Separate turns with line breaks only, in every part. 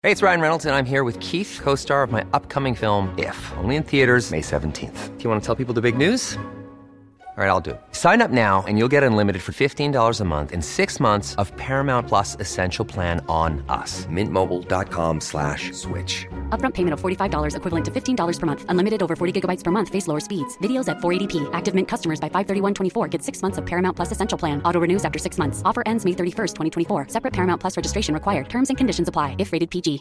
Hey, it's Ryan Reynolds, and I'm here with Keith, co-star of my upcoming film, If, only in theaters May 17th. Do you want to tell people the big news? All right, I'll do it. Sign up now and you'll get unlimited for $15 a month and 6 months of Paramount Plus Essential Plan on us. MintMobile.com/switch.
Upfront payment of $45 equivalent to $15 per month. Unlimited over 40 gigabytes per month. Face lower speeds. Videos at 480p. Active Mint customers by 531.24 get 6 months of Paramount Plus Essential Plan. Auto renews after 6 months. Offer ends May 31st, 2024. Separate Paramount Plus registration required. Terms and conditions apply if rated PG.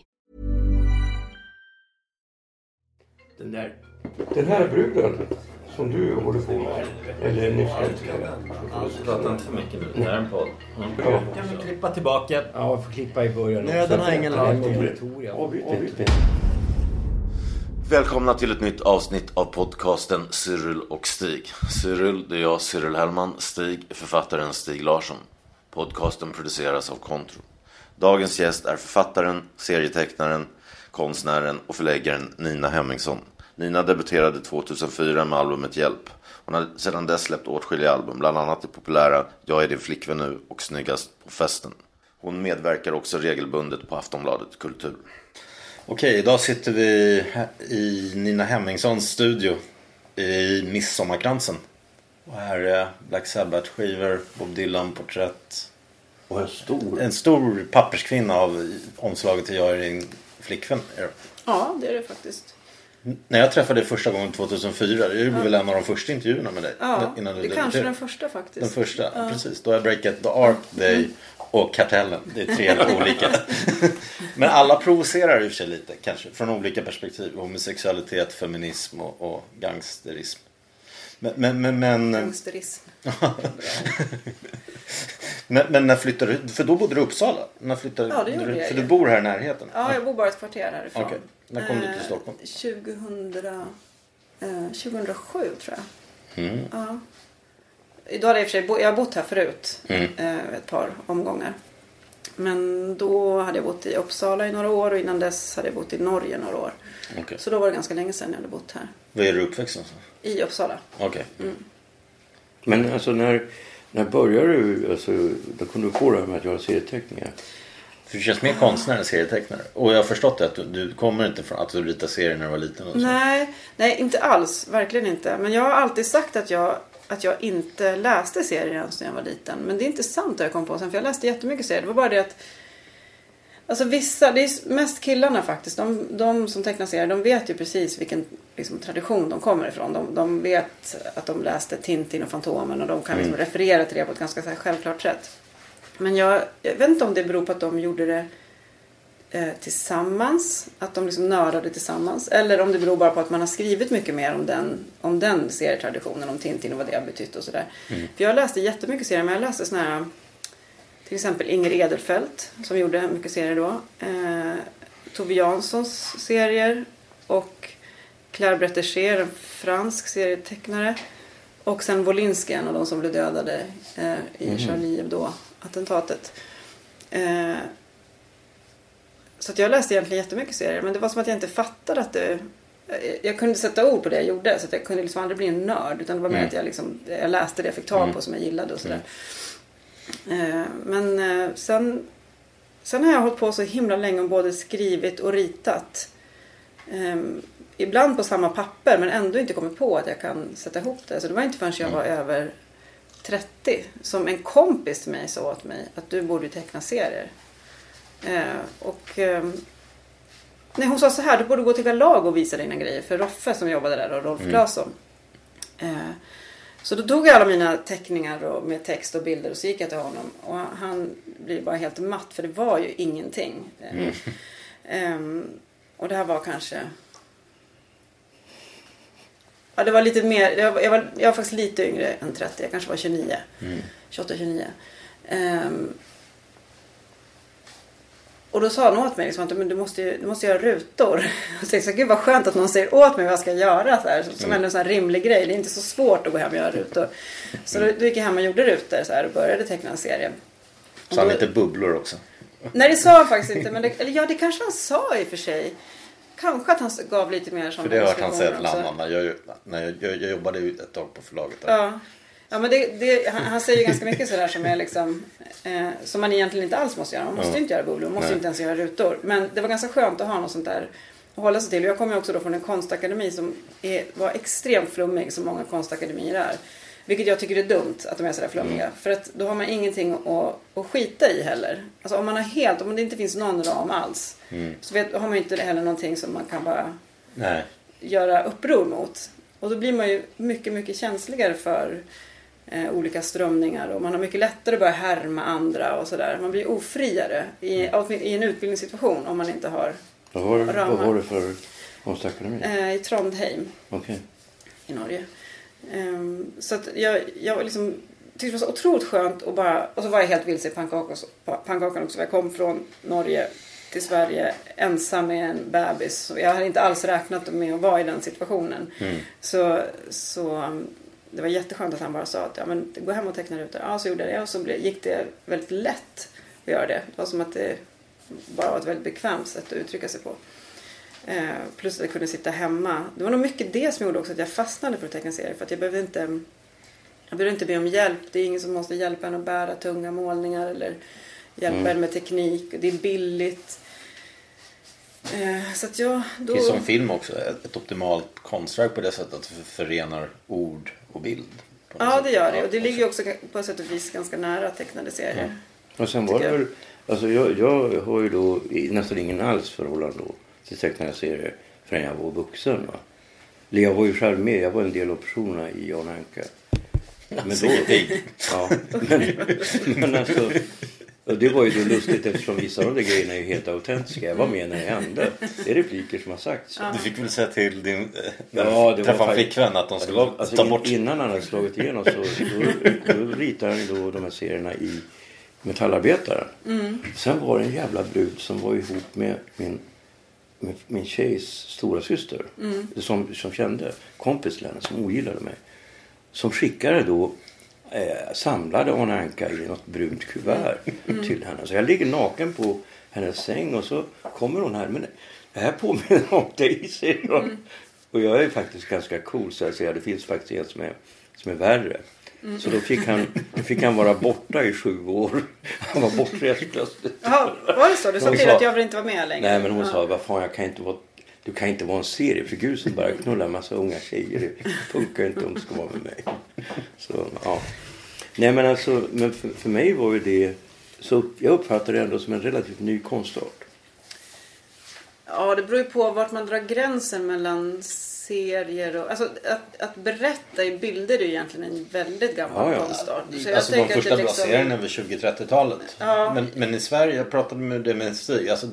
Den här bruden som du håller på med, eller ni ska
prata inte för mycket nu, det här är en podd. Kan vi klippa tillbaka?
Ja, vi får klippa i början.
Nej, den har ingen lag.
Välkomna till ett nytt avsnitt av podcasten Cyril och Stig. Cyril, det är jag, Cyril Hellman. Stig är författaren Stig Larsson. Podcasten produceras av Kontro. Dagens gäst är författaren, serietecknaren, konstnären och förläggaren Nina Hemmingsson. Nina debuterade 2004 med albumet Hjälp. Hon har sedan dess släppt åtskilliga album, bland annat det populära Jag är din flickvän nu och Snyggast på festen. Hon medverkar också regelbundet på Aftonbladet Kultur. Okej, idag sitter vi i Nina Hemmingssons studio i Midsommarkransen. Och här är Black Sabbath-skivor, Bob Dylan-porträtt.
Och
en stor papperskvinna av omslaget till Jag är din flickvän.
Ja, det är det faktiskt.
När jag träffade dig första gången 2004, det var väl en av de första intervjuerna med dig.
Ja,
innan du
det är kanske den första faktiskt.
Den första, precis. Då har jag breakat The Ark, Day och Kartellen. Det är 3 olika. Men alla provocerar i och för sig lite, kanske, från olika perspektiv. Homosexualitet, feminism och gangsterism. Men
gangsterism.
men när flyttade du? För då bodde du i Uppsala. När flyttade
det gjorde
du?
jag.
För du bor här i närheten.
Ja, jag bor bara ett kvarter härifrån.
Okej. När kom du till Stockholm?
2007 tror jag.
Mm.
Ja. Idag hade jag i och för sig jag har bott här förut. Ett par omgångar. Men då hade jag bott i Uppsala i några år. Och innan dess hade jag bott i Norge några år.
Okay.
Så då var det ganska länge sedan jag hade bott här.
Var är du uppväxt någonstans?
I Uppsala.
Okej.
Men alltså när började du, alltså, då kunde du få det här med att göra serieteckningar?
För du känns mer konstnär än serietecknare. Och jag har förstått att du kommer inte från att du ritade serier när du var liten. Och
nej, inte alls. Verkligen inte. Men jag har alltid sagt att jag inte läste serier ens när jag var liten. Men det är inte sant att jag kom på sen. För jag läste jättemycket serier. Det var bara det att alltså vissa, det är mest killarna faktiskt. De som tecknar serier, de vet ju precis vilken liksom, tradition de kommer ifrån. De vet att de läste Tintin och Fantomen. Och de kan liksom referera till det på ett ganska så här, självklart sätt. Men jag vet inte om det beror på att de gjorde det tillsammans. Att de liksom nördade tillsammans. Eller om det beror bara på att man har skrivit mycket mer om den serietraditionen. Om Tintin och vad det har betytt och sådär. För jag läste jättemycket serier. Men jag läste såna här, till exempel Inger Edelfelt som gjorde mycket serier då. Tove Janssons serier. Och Claire Bretécher, en fransk serietecknare. Och sen Wolinski, en av de som blev dödade i Charlie Hebdo-attentatet. Så att jag läste egentligen jättemycket serier. Men det var som att jag inte fattade att det... Jag kunde sätta ord på det jag gjorde. Så att jag kunde liksom aldrig bli en nörd. Utan det var mer att jag läste det jag fick tag på som jag gillade och sådär. Men sen har jag hållit på så himla länge om både skrivit och ritat. Ibland på samma papper men ändå inte kommit på att jag kan sätta ihop det. Så det var inte förrän jag var över 30 som en kompis till mig sa åt mig att du borde teckna serier. Nej, hon sa så här, du borde gå till Galag och visa dina grejer för Roffe som jobbade där och Rolf Claesson. Så då tog jag alla mina teckningar och med text och bilder och så gick jag till honom och han blev bara helt matt för det var ju ingenting. Och det här var kanske... Ja, det var lite mer... Jag var faktiskt lite yngre än 30. Jag kanske var 29. 28-29. Och då sa han åt mig liksom, att men du måste göra rutor. Och så tänkte jag, gud vad skönt att någon säger åt mig vad jag ska göra. Så här, som ändå en sån här rimlig grej. Det är inte så svårt att gå hem och göra rutor. Så då gick jag hem och gjorde rutor så här, och började teckna en serie.
Så han lite bubblor också?
Nej, det sa han faktiskt inte. Men det kanske han sa i och för sig. Kanske att han gav lite mer som...
För det har han sett Lamman. Jag jobbade ju ett tag på förlaget där.
Ja. Ja, men han säger ju ganska mycket sådär som är liksom som man egentligen inte alls måste göra. Man måste inte göra bubblor, man måste inte ens göra rutor. Men det var ganska skönt att ha något sånt där att hålla sig till. Jag kommer ju också då från en konstakademi som var extremt flummig, som många konstakademier är. Vilket jag tycker är dumt att de är sådär flummiga. För att då har man ingenting att skita i heller. Alltså om det inte finns någon ram alls. Så har man ju inte heller någonting som man kan bara göra uppror mot. Och då blir man ju mycket, mycket känsligare för olika strömningar. Och man har mycket lättare att börja härma andra och sådär. Man blir ofriare i en utbildningssituation om man inte har ramar.
Vad var det för konstakademi?
I Trondheim.
Okay.
I Norge. Så att jag liksom tyckte det var så otroligt skönt och så var jag helt vilse i pannkakan också. Jag kom från Norge till Sverige ensam med en bebis. Så jag hade inte alls räknat med att vara i den situationen. Så det var jätteskönt att han bara sa att gå hem och teckna ut det. Ja, så gjorde jag det och så gick det väldigt lätt att göra det. Det var som att det bara var ett väldigt bekvämt sätt att uttrycka sig på. Plus att jag kunde sitta hemma. Det var nog mycket det som gjorde också att jag fastnade för att teckna serier. För att jag behövde inte be om hjälp. Det är ingen som måste hjälpa en att bära tunga målningar eller hjälpa en med teknik. Det är billigt. Så att då...
Det är som film också. Ett optimalt konstverk på det sättet att det förenar ord och bild.
Ja, det gör det. Och det ligger också på ett sätt och vis ganska nära tecknade serier.
Och sen var det väl... Alltså jag har ju då nästan ingen alls förhållande då till tecknade serier förrän jag var vuxen. Va? Jag var ju själv med. Jag var en del av personerna i Jan Anka. Men då... Ja, men alltså... Och det var ju då lustigt eftersom vissa av de grejerna är helt autentiska. Jag var med när det hände. Det är repliker som har sagts.
Du fick väl säga till din
träffa
flickvän att de skulle ta bort...
Innan han hade slagit igenom så då ritade han då de här serierna i Metallarbetaren. Sen var det en jävla brud som var ihop med min tjejs stora syster som kände kompis till henne, som ogillade mig. Som skickade då samlade Arne Anka i något brunt kuvert till henne. Så jag ligger naken på hennes säng och så kommer hon här. Men det här påminner om dig, säger hon. Och jag är faktiskt ganska cool, så jag säger det finns faktiskt en som är värre. Så då fick han vara borta i 7 år. Han var bortrest plötsligt.
Ja, var det så? Du sa till att jag vill inte vara med längre.
Nej, men hon sa, vad fan, du kan inte vara en seriefigur som bara knullar en massa unga tjejer. Det funkar inte om du ska vara med mig. Så, ja. Nej, men alltså, men för mig var ju det... Så jag uppfattar det ändå som en relativt ny konstart.
Ja, det beror ju på vart man drar gränsen mellan serier och... Alltså, att berätta i bilder är ju egentligen en väldigt gammal konstart. Så jag
alltså de första bra serierna över 20-30-talet. Ja. Men i Sverige, jag pratade med Stig, alltså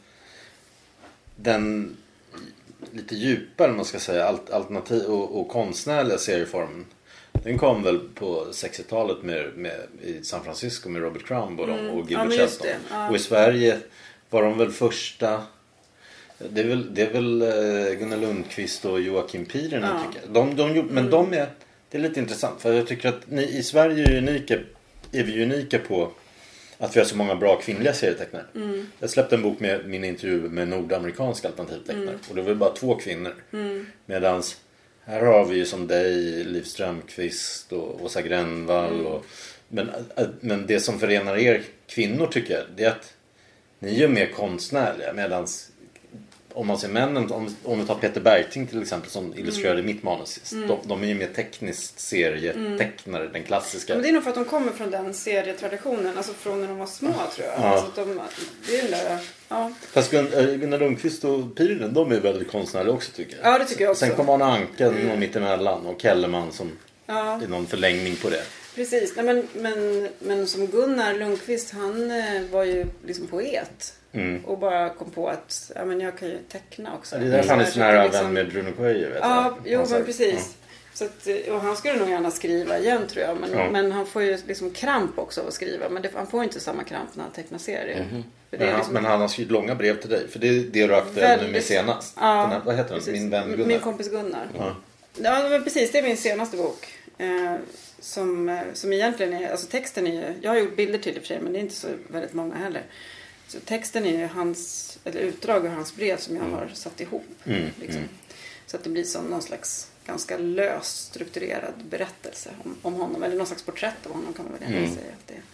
den lite djupare, man ska säga, alternativ och konstnärliga serieformen. Den kom väl på 60-talet i San Francisco med Robert Crumb och Gilbert Shelton. Ja. Och i Sverige var de väl första... Det är väl Gunnar Lundqvist och Joakim Pirinen, tycker jag. Men det är lite intressant, för jag tycker att i Sverige är vi unika på att vi har så många bra kvinnliga serietecknare. Jag släppte en bok med min intervju med nordamerikanska alternativtecknare. Och det var bara 2 kvinnor. Medans här har vi ju som dig, Liv Strömqvist och Åsa Grönvall. Men det som förenar er kvinnor, tycker jag, det är att ni är mer konstnärliga. Medans om man ser männen, om vi tar Peter Bergting till exempel, som illustrerade mitt manus. De är ju mer tekniskt serietecknare, den klassiska.
Men det är nog för att de kommer från den serietraditionen, alltså från när de var små, tror jag. Alltså det är den där,
Fast Gunnar Lundqvist och Pirinen, de är väldigt konstnärliga också, tycker jag.
Ja, det tycker jag också.
Sen kommer Arne Anka någon mittemellan och Kellerman som är någon förlängning på det.
Precis, nej, men som Gunnar Lundqvist, han var ju liksom poet. Och bara kom på att jag kan ju teckna också.
Det är därför han är så nära vän med Bruno Coelho, vet
jag. Men precis. Så att, och han skulle nog gärna skriva igen, tror jag. Men han får ju liksom kramp också av att skriva. Men han får inte samma kramp när han tecknar serier.
Men han har skrivit långa brev till dig. För det är det du rökte nu med senast.
Ja,
vad heter den? Min vän Gunnar.
Min kompis Gunnar. Ja, men precis. Det är min senaste bok. Som egentligen är... Alltså texten är ju... Jag har gjort bilder till det för sig, men det är inte så väldigt många heller. Så texten är ju utdrag ur hans brev som jag har satt ihop. Liksom. Så att det blir som någon slags ganska löst strukturerad berättelse om honom. Eller någon slags porträtt av honom kan man väl säga att det är.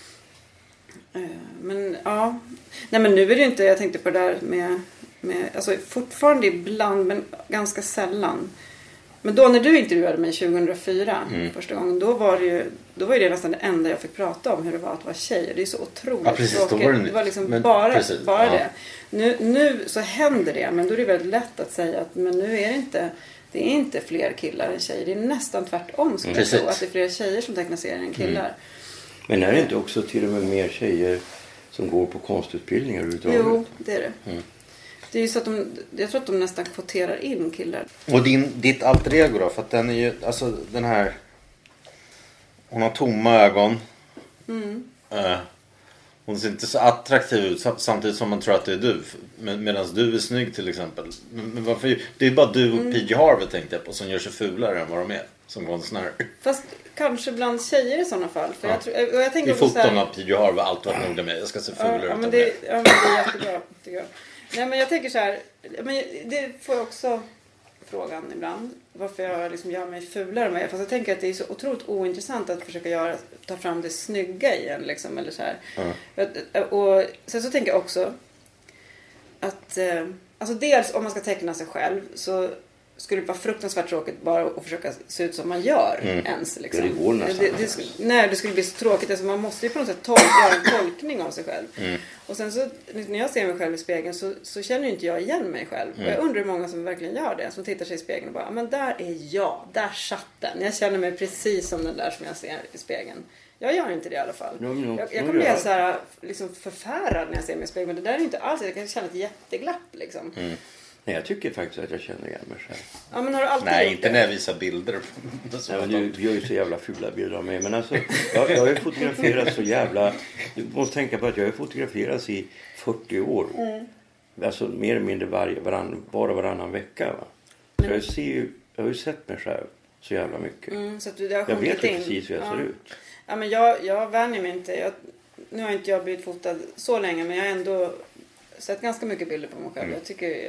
Men ja, nej men nu är det inte, jag tänkte på det där med alltså fortfarande ibland men ganska sällan. Men då när du intervjuade mig 2004 första gången, då var det nästan det enda jag fick prata om hur det var att vara tjej. Det är så otroligt tråkigt. Det var liksom bara det. Nu så händer det, men då är det väldigt lätt att säga att men nu är det är inte fler killar än tjejer. Det är nästan tvärtom skulle jag tro, att det är fler tjejer som tecknar serier än killar.
Men är det inte också till och med mer tjejer som går på konstutbildningar överhuvudtaget?
Jo, det är det. Det är ju så att jag tror att de nästan kvoterar in killar.
Och ditt alter ego då? För att den är ju, alltså den här, hon har tomma ögon. Hon ser inte så attraktiv ut samtidigt som man tror att det är du. Medan du är snygg till exempel. Men varför? Det är bara du och P.J. Harvey tänkte jag på som gör sig fulare än vad de är som konstnärer.
Fast kanske bland tjejer i sådana fall. För jag tänker
i foton av P.J. Harvey allt varit noga med. Jag ska se fulare ut.
Men det är jättebra tycker jag. Nej men jag tänker så här. Men det får jag också frågan ibland. Varför jag liksom gör mig fulare med. Fast jag tänker att det är så otroligt ointressant att försöka ta fram det snygga igen liksom. Eller så här. Och sen så tänker jag också att alltså dels om man ska teckna sig själv så skulle det vara fruktansvärt tråkigt bara att försöka se ut som man gör ens liksom.
Det går nästan.
Det skulle bli så tråkigt. Alltså man måste ju på något sätt göra en tolkning av sig själv. Och sen så när jag ser mig själv i spegeln så känner ju inte jag igen mig själv. Och jag undrar hur många som verkligen gör det. Som tittar sig i spegeln och bara, men där är jag. Där satt den. Jag känner mig precis som den där som jag ser i spegeln. Jag gör inte det i alla fall. Jag kommer bli så här liksom förfärad när jag ser mig i spegeln. Men det där är inte alls. Jag kan känna ett jätteglapp liksom.
Nej, jag tycker faktiskt att jag känner igen mig själv.
Ja, men har du alltid
Nej, inte när jag visar bilder.
Nej, men du gör ju så jävla fula bilder av mig. Men alltså, jag har ju fotograferat så jävla... Du måste tänka på att jag har fotograferats i 40 år. Alltså mer eller mindre varannan vecka. Va? Så jag har ju sett mig själv så jävla mycket. Så att jag vet ju precis hur jag ser ut.
Ja, men jag vänjer mig inte. Nu har inte jag blivit fotad så länge, men jag har ändå... sett ganska mycket bilder på mig själv. Jag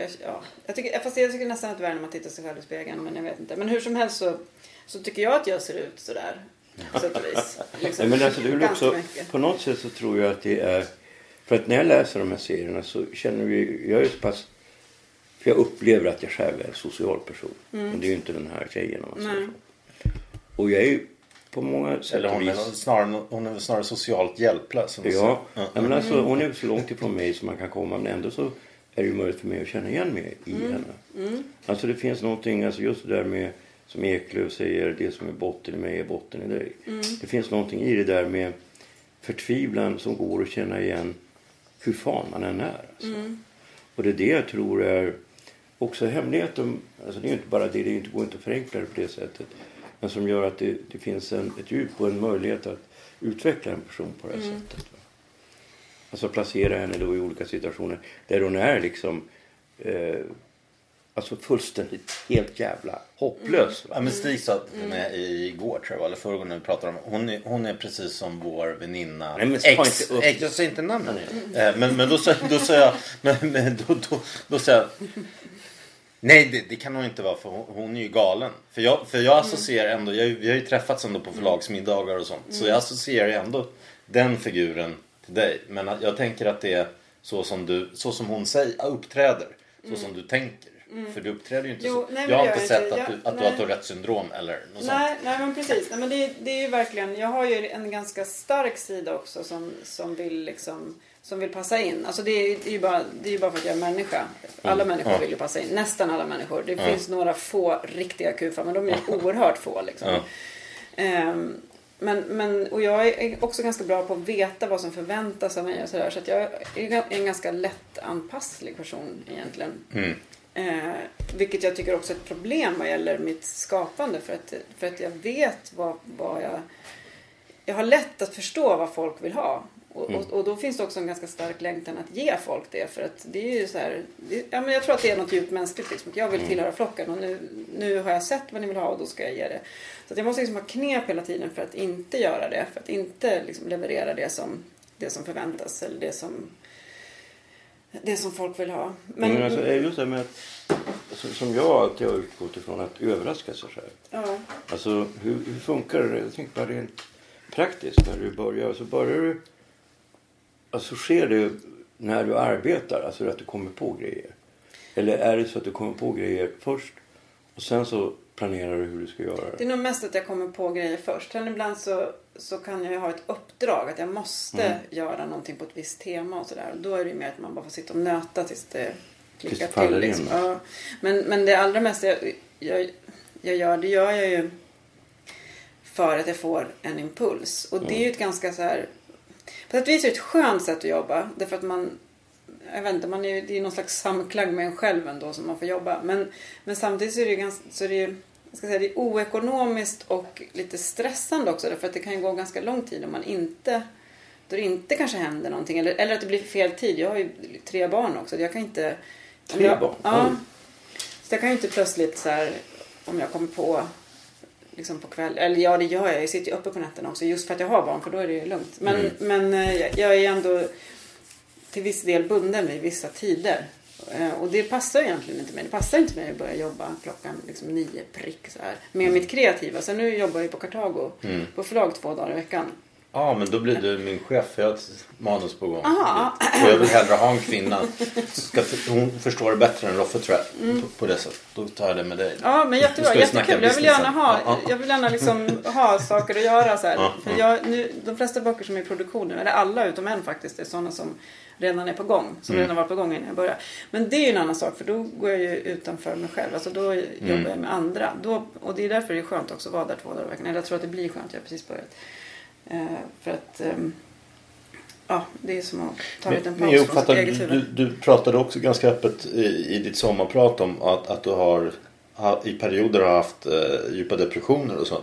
tycker nästan att det är när man tittar sig själv i spegeln, men jag vet inte. Men hur som helst så tycker jag att jag ser ut sådär. På sätt och vis. Liksom.
Men alltså, det är också, på något sätt så tror jag att det är... För att när jag läser de här serierna så känner jag är så pass... För jag upplever att jag själv är en social person. Men det är ju inte den här tjejen om man säger så. Och jag är ju på många sätt
eller hon är snarare socialt hjälplös.
Ja, men alltså hon är så långt ifrån mig som man kan komma. Men ändå så är det ju möjligt för mig att känna igen mig i henne. Alltså det finns någonting, alltså just det där med, som Eklöf säger, det som är botten i mig är botten i dig. Det finns någonting i det där med förtvivlan som går att känna igen hur fan man än är. Alltså. Och det är det jag tror är också hemligheten. Alltså det är ju inte bara det, går inte att förenkla det på det sättet. Men som gör att det finns ett djup och en möjlighet att utveckla en person på det här sättet. Va? Alltså placera henne då i olika situationer där hon är liksom alltså fullständigt helt jävla hopplös. Va?
Ja, men Stig sa med igår tror jag, eller förrgår när vi pratade om hon är precis som vår väninna.
Nej, men
jag säger inte namnet. Men då sa jag då sa jag nej, det kan nog inte vara, för hon är ju galen. För jag associerar ändå, vi har ju träffats ändå på förlagsmiddagar och sånt. Så jag associerar ändå den figuren till dig. Men jag tänker att det är så som hon uppträder. Så som du tänker. För du uppträder ju inte så. Nej, jag har inte sett att du har Tourette-syndrom eller något sånt.
Nej, men precis. Nej, men det är ju verkligen, jag har ju en ganska stark sida också som vill liksom... som vill passa in. Alltså det är ju bara för att jag är människa. Alla människor vill ju passa in. Nästan alla människor. Det finns några få riktiga kufar, men de är oerhört få liksom. Men och jag är också ganska bra på att veta vad som förväntas av mig och sådär. Så att jag är en ganska lätt anpasslig person egentligen. Vilket jag tycker också är ett problem vad gäller mitt skapande. För att jag vet vad jag har lätt att förstå vad folk vill ha. Och då finns det också en ganska stark längtan att ge folk det. För att det är ju så här... men jag tror att det är något djupt mänskligt. Liksom. Jag vill tillhöra flocken och nu har jag sett vad ni vill ha och då ska jag ge det. Så att jag måste liksom ha knep hela tiden för att inte göra det. För att inte liksom leverera det som förväntas. Eller det som folk vill ha.
Men alltså, just det med att som jag alltid har utgått ifrån, att överraska sig själv.
Ja.
Alltså hur funkar det? Jag tänker bara rent praktiskt när du börjar. Så börjar du, alltså sker det när du arbetar, alltså att du kommer på grejer? Eller är det så att du kommer på grejer först och sen så planerar du hur du ska göra det?
Det är nog mest att jag kommer på grejer först. Sen ibland så kan jag ju ha ett uppdrag att jag måste göra någonting på ett visst tema och sådär. Och då är det ju mer att man bara får sitta och nöta tills det klickar till. Liksom. Ja. Men det allra mesta jag gör, det gör jag ju för att jag får en impuls. Och det är ju ett ganska så här... På ett vis är det ett skönt sätt att jobba. Därför att man... Jag vet inte, det är någon slags samklang med en själv ändå som man får jobba. Men samtidigt så är det ju ganska... Så det är, jag ska säga, det är oekonomiskt och lite stressande också. Därför att det kan ju gå ganska lång tid om man inte... Då det inte kanske händer någonting. Eller att det blir fel tid. Jag har ju 3 barn också. Jag kan inte...
3 barn?
Ja. Så jag kan ju inte plötsligt så här... Om jag kommer på... Liksom på kväll. Eller ja, det gör jag. Jag sitter ju uppe på nätterna också. Just för att jag har barn. För då är det ju lugnt. Men jag är ändå... till viss del bunden vid vissa tider. Och det passar egentligen inte mig. Det passar inte mig att börja jobba klockan liksom 9 prick så här. Med mitt kreativa. Så nu jobbar jag på Kartago. På förlag 2 dagar i veckan.
Ja, men då blir du min chef. Jag har ett manus på gång.
Aha.
Och jag vill hellre ha en kvinna. Hon förstår det bättre än Roffe, tror jag. På det sättet. Då tar jag det med dig.
Ja, men jättekul. Jag vill gärna liksom ha saker att göra så här. För de flesta böcker som är i produktion nu, eller alla utom en faktiskt, är sådana som redan är på gång. Som redan var på gång innan jag började. Men det är ju en annan sak. För då går jag ju utanför mig själv. Alltså då jobbar jag med andra. Och det är därför det är skönt också att vara där 2 dagar i veckan. Eller jag tror att det blir skönt. Jag har precis börjat. För att det är som att ta en paus.
Men jag uppfattar, du pratade också ganska öppet i ditt sommarprat om att du har i perioder har haft djupa depressioner och sånt.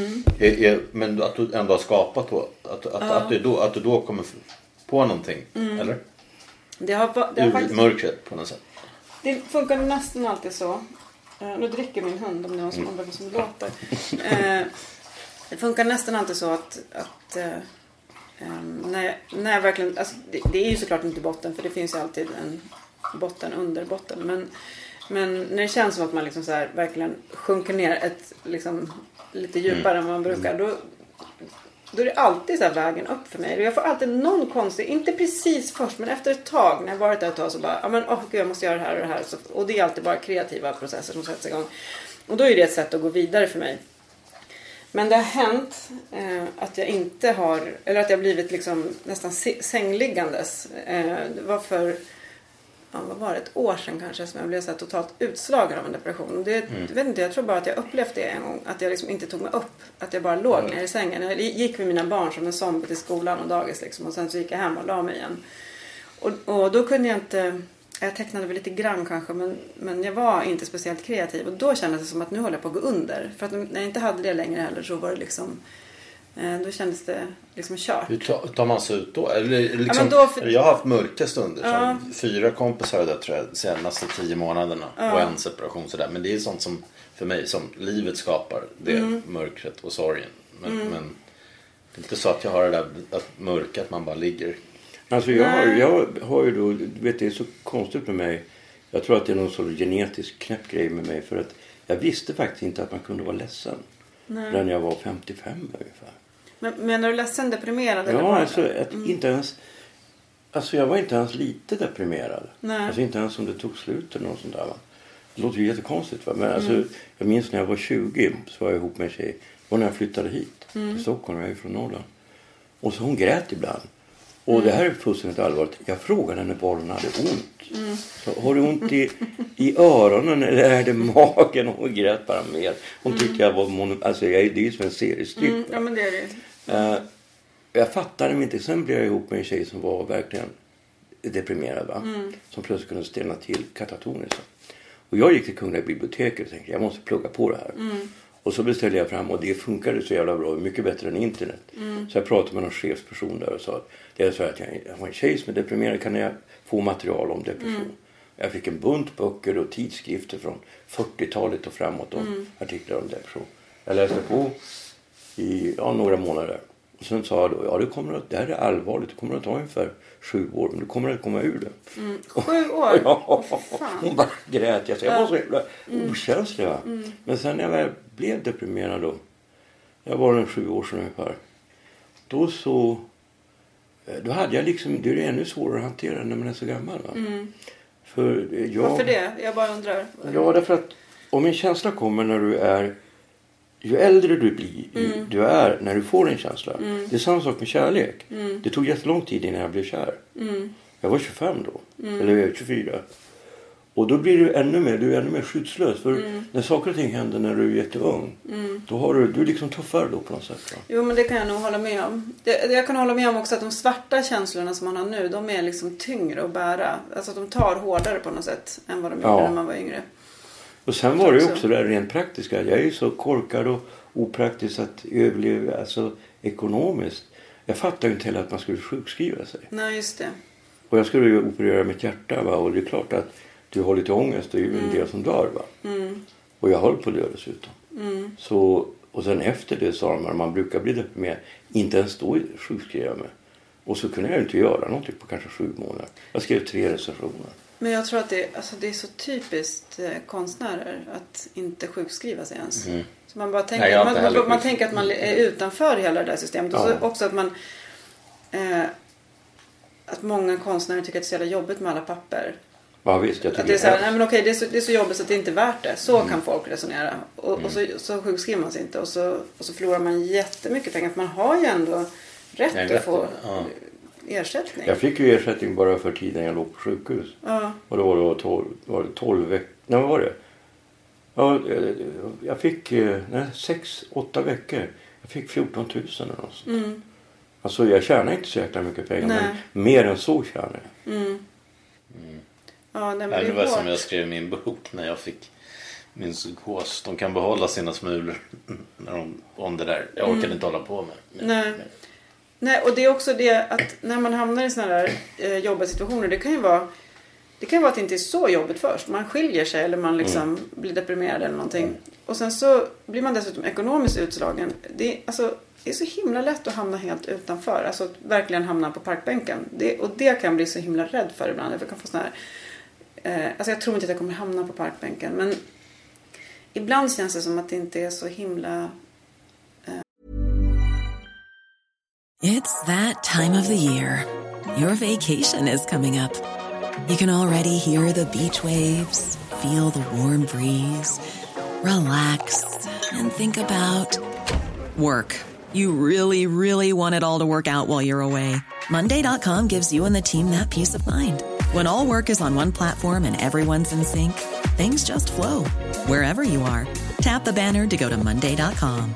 Men att du ändå har skapat då, att du då kommer på någonting, eller?
Det har faktiskt
mörkret på något sätt.
Det funkar nästan alltid så. Nu dricker min hund, om det är någon som undrar vad som låter. Det funkar nästan alltid så att när jag verkligen... Alltså, det är ju såklart inte botten, för det finns ju alltid en botten under botten. Men när det känns som att man liksom så här verkligen sjunker ner liksom, lite djupare än man brukar, då är det alltid så här vägen upp för mig. Och jag får alltid någon konstig, inte precis först, men efter ett tag, när jag varit där ett tag, så bara, gud, jag måste göra det här och det här. Och det är alltid bara kreativa processer som sätts igång. Och då är det ett sätt att gå vidare för mig. Men det har hänt att jag inte har, eller att jag blivit liksom nästan sängliggandes. Det var för, vad var det, ett år sedan kanske, som jag blev så här totalt utslagen av en depression. Och jag tror bara att jag upplevde det en gång, att jag liksom inte tog mig upp. Att jag bara låg ner i sängen. Jag gick med mina barn som en zombie till skolan och dagis liksom, och sen så gick jag hem och la mig igen. Och då kunde jag inte... Jag tecknade väl lite grann kanske, men jag var inte speciellt kreativ. Och då kändes det som att nu håller jag på att gå under. För att när jag inte hade det längre heller, så var det liksom... Då kändes det liksom kört.
Hur tar man sig ut då? Eller liksom, jag har haft mörka stunder. Som 4 kompisar där, tror jag, de senaste 10 månaderna. Och en separation sådär. Men det är sånt som, för mig, som livet skapar. Det mörkret och sorgen. Men det är inte så att jag har det där att mörka, att man bara ligger...
Alltså jag har ju då, du vet, det är så konstigt med mig. Jag tror att det är någon sorts genetisk knäpp grej med mig. För att jag visste faktiskt inte att man kunde vara ledsen. När jag var 55 ungefär.
Men menar du ledsen, deprimerad? Eller
ja, alltså inte ens... Alltså jag var inte ens lite deprimerad.
Nej.
Alltså inte ens om det tog slut eller något sånt där, va. Det låter ju jättekonstigt, va. Men alltså, jag minns när jag var 20 så var jag ihop med en tjej. Och när jag flyttade hit till Stockholm, jag är från Norrland. Och så hon grät ibland. Och det här är fullständigt allvarligt. Jag frågade henne var hon hade ont. Så, har du ont i öronen eller är det magen? Och hon grät bara mer. Hon tyckte jag var... Alltså det är ju som en seriestyck.
Ja, men det är det.
Jag fattade mig inte. Sen blev jag ihop med en tjej som var verkligen deprimerad, va. Som plötsligt kunde ställa till katatoniskt. Och jag gick till Kungliga biblioteket och tänkte jag måste plugga på det här. Och så beställde jag fram, och det funkade så jävla bra, mycket bättre än internet. Så jag pratade med någon chefsperson där och sa att det är så att jag var en tjej som är deprimerad, kan jag få material om depression? Jag fick en bunt böcker och tidskrifter från 40-talet och framåt om artiklar om depression. Jag läste på i några månader. sen sa jag då, det här är allvarligt, det kommer att ta ungefär 7 år, men du kommer att komma ur det.
7 år?
Ja, hon bara grät. Jag var så jävla okänslig. Men sen när jag väl blev deprimerad då, jag var en 7 år sedan ungefär, då hade jag liksom, det är ännu svårare att hantera när man är så gammal. Va? Varför
det? Jag bara undrar.
Ja, därför att om en känsla kommer när du är, ju äldre du blir, du är när du får en känsla. Det är samma sak med kärlek. Det tog jättelång tid innan jag blev kär. Jag var 25 då. Eller 24. Och då blir du är ännu mer skyddslös. För när saker och ting händer när du är jätteung. Då du är liksom tuffare då på något sätt. Va?
Jo, men det kan jag nog hålla med om. Jag kan hålla med om också att de svarta känslorna som man har nu, de är liksom tyngre att bära. Alltså att de tar hårdare på något sätt än vad de gjorde när man var yngre.
Och sen var det ju också det rent praktiska. Jag är ju så korkad och opraktisk att överleva, alltså ekonomiskt. Jag fattar ju inte heller att man skulle sjukskriva sig.
Nej, just det.
Och jag skulle ju operera mitt hjärta, va? Och det är klart att du har lite ångest, det är ju en del som dör, va? Och jag höll på att dö dessutom. Så, och sen efter det sa de att man brukar bli deprimerad, inte ens då sjukskriva mig. Och så kunde jag inte göra någonting på kanske 7 månader. Jag skrev 3 recensioner. Men
jag tror att det är så typiskt konstnärer att inte sjukskriva sig ens. Så man bara tänker, man tänker att man är utanför hela det där systemet. Och så också att man att många konstnärer tycker att det är så jävla jobbigt med alla papper.
Ja, visst, jag
att det är så här, nej men okej, det är så jobbigt så att det inte är värt det. Så kan folk resonera. Och så sjukskriver man sig inte. Och så förlorar man jättemycket pengar. För man har ju ändå rätt att få ersättning.
Jag fick ju ersättning bara för tiden jag låg på sjukhus. Och då var det 12 veckor. Nej, vad var det? Ja, jag fick 6-8 veckor. Jag fick 14 000 eller något. Alltså jag tjänar inte så jäkla mycket pengar. Men mer än så tjänar jag.
Ja, det var som jag skrev i min bok när jag fick min psykos. De kan behålla sina smulor om det där. Jag orkade inte hålla på med.
Nej, och det är också det att när man hamnar i såna där jobbiga situationer, det kan ju vara att det inte är så jobbigt först. Man skiljer sig eller man liksom blir deprimerad eller någonting. Och sen så blir man dessutom ekonomiskt utslagen. Det är så himla lätt att hamna helt utanför. Alltså att verkligen hamna på parkbänken. Och det kan jag bli så himla rädd för ibland. Jag kan få såna här, alltså jag tror inte att jag kommer hamna på parkbänken. Men ibland känns det som att det inte är så himla...
It's that time of the year. Your vacation is coming up. You can already hear the beach waves, feel the warm breeze, relax and think about work. You really, really want it all to work out while you're away. Monday.com gives you and the team that peace of mind. When all work is on one platform and everyone's in sync, things just flow. Wherever you are, tap the banner to go to Monday.com.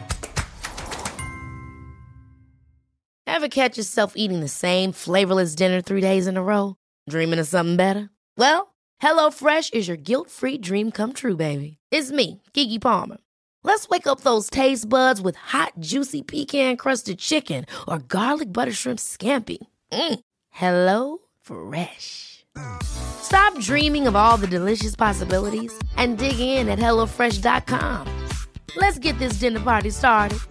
Ever catch yourself eating the same flavorless dinner 3 days in a row? Dreaming of something better? Well, HelloFresh is your guilt-free dream come true, baby. It's me, Keke Palmer. Let's wake up those taste buds with hot, juicy pecan-crusted chicken or garlic butter shrimp scampi. Hello Fresh. Stop dreaming of all the delicious possibilities and dig in at HelloFresh.com. Let's get this dinner party started.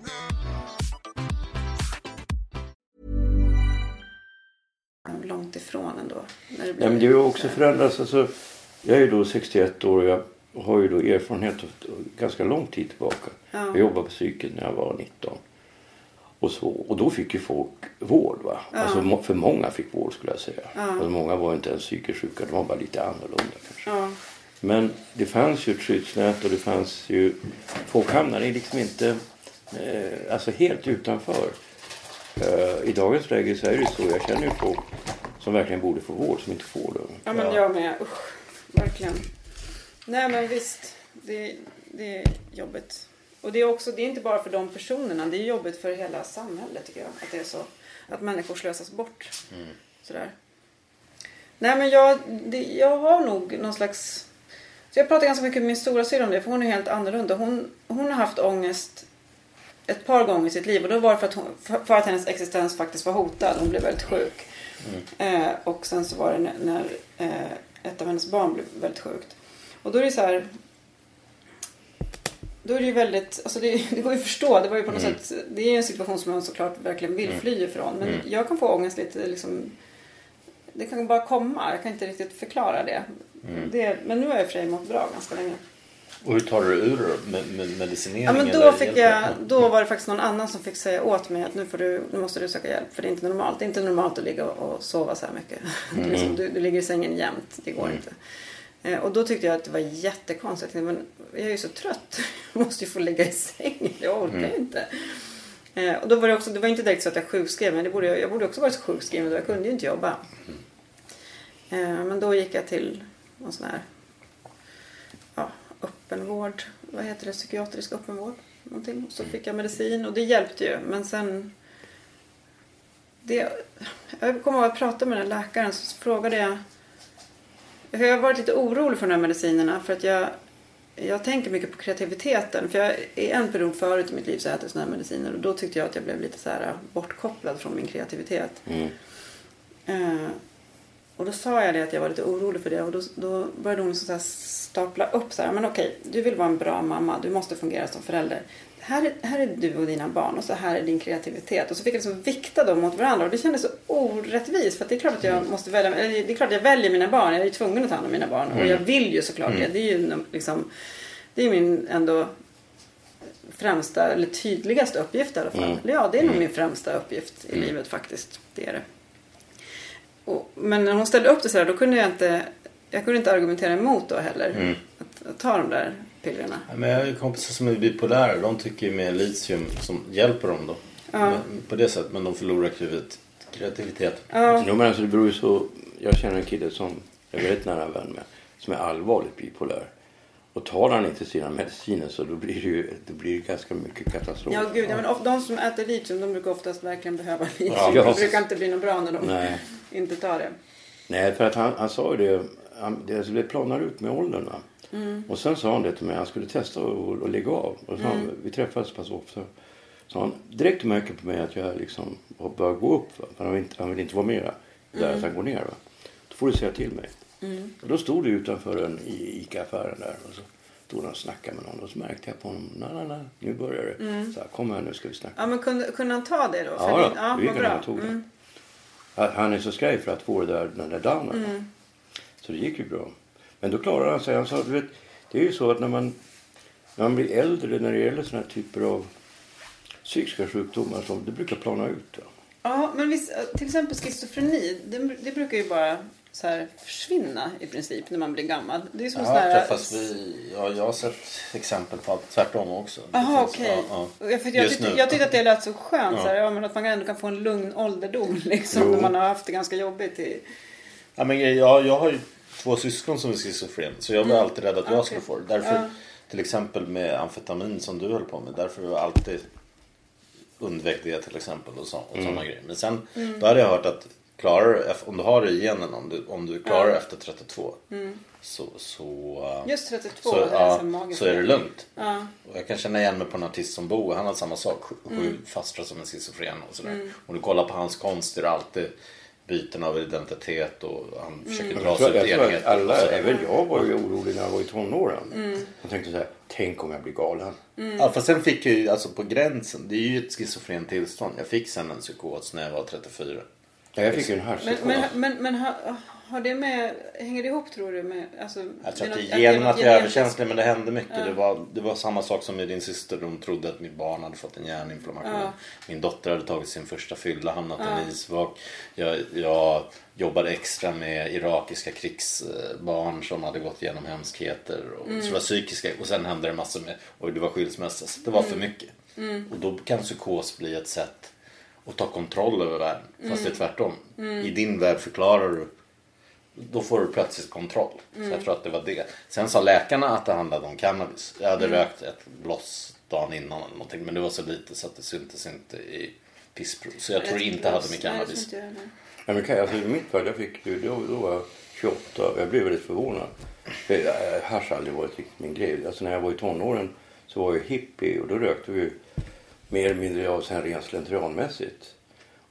Långt ifrån ändå.
Ja, men det har ju också förändrats. Alltså, jag är ju då 61 år och jag har ju då erfarenhet ganska lång tid tillbaka. Jag jobbade på psyket när jag var 19. Och då fick ju folk vård, va? Alltså för många fick vård skulle jag säga. Alltså, många var inte ens psykiskt sjuka, de var bara lite annorlunda kanske. Men det fanns ju ett skyddsnät och det fanns ju... Folk hamnade liksom inte alltså helt utanför. I dagens läge så är det så. Jag känner ju folk som verkligen borde få vård som inte får det.
Ja, men jag med. Verkligen. Nej, men visst. Det är jobbigt. Och det är inte bara för de personerna. Det är jobbigt för hela samhället tycker jag. Att det är så. Att människor slösas bort. Sådär. Nej, men jag har nog någon slags... Så jag pratar ganska mycket med min stora syster om det. För hon är helt annorlunda. Hon har haft ångest ett par gånger i sitt liv. Och då var det för att hennes existens faktiskt var hotad. Hon blev väldigt sjuk. Och sen så var det när ett av hennes barn blev väldigt sjukt. Och då är det så här... då är det ju väldigt, alltså det går ju att förstå, det var ju på något sätt, det är ju en situation som man såklart verkligen vill fly ifrån, men jag kan få ångest lite liksom, det kan bara komma, jag kan inte riktigt förklara det. Men nu har jag för sig mått bra ganska länge.
Och hur tar du ur med medicineringen?
Ja, men då var det faktiskt någon annan som fick säga åt mig att nu måste du söka hjälp, för det är inte normalt. Det är inte normalt att ligga och sova så här mycket. Liksom, du ligger i sängen jämt, det går inte. Och då tyckte jag att det var jättekonstigt. Men jag är ju så trött, jag måste ju få ligga i sängen, jag orkar inte. Och då var det också, det var inte direkt så att jag sjukskrev, men jag borde också varit så sjukskriven, jag kunde ju inte jobba. Men då gick jag till någon sån här öppenvård, vad heter det, psykiatrisk öppenvård någonting. Så fick jag medicin och det hjälpte ju, men sen jag kommer ihåg att prata med den läkaren, så frågade jag har varit lite orolig för de här medicinerna, för att jag tänker mycket på kreativiteten, för jag är en period förut i mitt liv så äter såna här mediciner, och då tyckte jag att jag blev lite så här bortkopplad från min kreativitet. Och då sa jag det, att jag var lite orolig för det, och då började hon så här stapla upp så här, men okej, du vill vara en bra mamma, du måste fungera som förälder. Här är du och dina barn, och så här är din kreativitet. Och så fick jag liksom vikta dem mot varandra, och det kändes så orättvist, för att det är klart att jag måste välja, eller det är klart att jag väljer mina barn, jag är ju tvungen att ta hand om mina barn, och jag vill ju såklart det. Det är ju liksom, det är min ändå främsta eller tydligaste uppgift i alla fall. Ja, det är nog min främsta uppgift i livet faktiskt, det är det. Men när hon ställde upp det så här, då kunde jag kunde inte argumentera emot då heller. Att ta de där pillerna. Ja,
men jag har ju kompisar som är bipolära, de tycker ju med litium som hjälper dem då. På det sättet, men de förlorar kreativitet.
Men alltså det beror ju så, jag känner en kille som jag är väldigt nära vän med, som är allvarligt bipolär. Och tar han inte sina mediciner, så då blir det ganska mycket katastrof.
Ja, gud. Ja, men de som äter litium, de brukar oftast verkligen behöva litium. Det brukar inte bli något bra när de inte tar det. Nej, för att han sa ju det planar ut med åldern. Va? Och sen sa han det till mig, han skulle testa och lägga av. Och så vi träffades pass ofta. Så han direkt märker på mig att jag liksom börjar gå upp. Va? För han vill inte vara med där att han går ner. Va? Då får du säga till mig. Och då stod du utanför en ICA-affären där, och så stod han och snackade med någon, och så märkte jag på honom, nej, nu börjar det. Så här, kom här, nu ska vi snacka. Ja, men kunde han ta det då?
Ja, gick han och tog det. Han är så skraj för att få den där downen. Så det gick ju bra. Men då klarade han sig. Han sa, du vet, det är ju så att när man blir äldre, när det gäller såna här typer av psykiska sjukdomar, så det brukar plana ut. Va? Ja,
men till exempel schizofreni, det brukar ju bara så här försvinna i princip när man blir gammal. Det är som
jag har sett exempel på allt tvärtom också.
Jaha, okej. Jag tyckte att det lät så skönt så här, men att man ändå kan få en lugn ålderdom liksom, när man har haft det ganska jobbigt
Ja, men jag har ju 2 syskon som är schizofren, så jag var alltid rädd att jag skulle få det. Därför till exempel med amfetamin som du höll på med, därför var jag alltid undvek det till exempel och sådana grejer. Men sen då hade jag hört att om du har det i genen, om du klarar efter 32 så
just 32
så är det lugnt. Och jag kan känna igen mig på en artist som Bo, han har samma sak, fastrar som en schizofren och sådär. Om du kollar på hans konst är det alltid byten av identitet, och han försöker dra sig ut enhet.
Även jag var ju orolig när jag var i tonåren. Jag tänkte så här, tänk om jag blir galen.
Ja, för sen fick jag ju, alltså på gränsen, det är ju ett schizofren tillstånd. Jag fick sen en psykos när jag var 34.
Ja, jag fick ju en harpsykos.
Men har det hänger det ihop, tror du?
Jag tror att genom att jag är överkänslig, men det hände mycket. Det var samma sak som med din syster. De trodde att mitt barn hade fått en hjärninflammation. Min dotter hade tagit sin första fylla, hamnat i en isvak. Jag jobbade extra med irakiska krigsbarn som hade gått igenom hemskheter. Så det var psykiska. Och sen hände det massor med, och det var skilsmässa. Så det var för mycket. Och då kan psykos bli ett sätt att ta kontroll över världen. Fast det är tvärtom. I din värld förklarar du, då får du plötsligt kontroll. Så jag tror att det var det. Sen sa läkarna att det handlade om cannabis. Jag hade rökt ett bloss dagen innan eller någonting, men det var så lite så att det syntes inte i pissprov. Så jag tror inte hade med cannabis.
Ja, men alltså, i mitt fall, då var jag 28. Jag blev väldigt förvånad. Hasch aldrig varit riktigt min grej. Alltså när jag var i tonåren så var jag hippie, och då rökte vi mer eller mindre av sen rent slentrianmässigt.